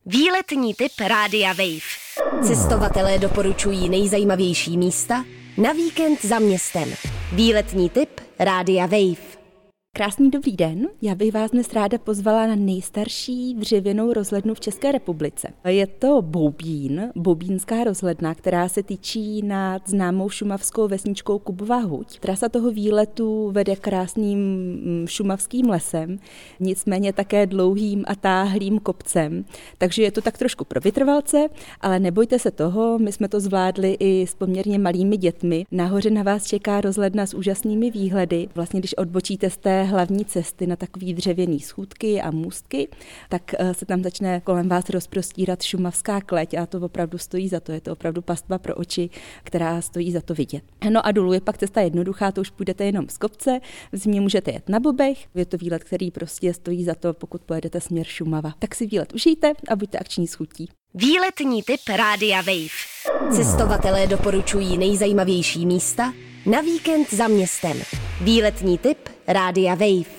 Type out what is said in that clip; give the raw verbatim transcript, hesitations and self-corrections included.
Výletní tip Rádia Wave. Cestovatelé doporučují nejzajímavější místa na víkend za městem. Výletní tip Rádia Wave. Krásný dobrý den, já bych vás dnes ráda pozvala na nejstarší dřevěnou rozhlednu v České republice. Je to Boubín, Boubínská rozhledna, která se tyčí nad známou šumavskou vesničkou Kubova Huť. Trasa toho výletu vede krásným šumavským lesem, nicméně také dlouhým a táhlým kopcem, takže je to tak trošku pro vytrvalce, ale nebojte se toho, my jsme to zvládli i s poměrně malými dětmi. Nahoře na vás čeká rozhledna s úžasnými výhledy. Vlastně když odbočíte z té hlavní cesty na takový dřevěný schůdky a můstky, tak se tam začne kolem vás rozprostírat šumavská kleť a to opravdu stojí za to. Je to opravdu pastva pro oči, která stojí za to vidět. No a dolů je pak cesta jednoduchá, to už půjdete jenom z kopce, v zimě můžete jet na bobech, je to výlet, který prostě stojí za to, pokud pojedete směr Šumava. Tak si výlet užijte a buďte akční s chutí. Výletní tip Rádia Wave. Cestovatelé doporučují nejzajímavější místa na víkend za městem. Výletní tip Rádia Wave.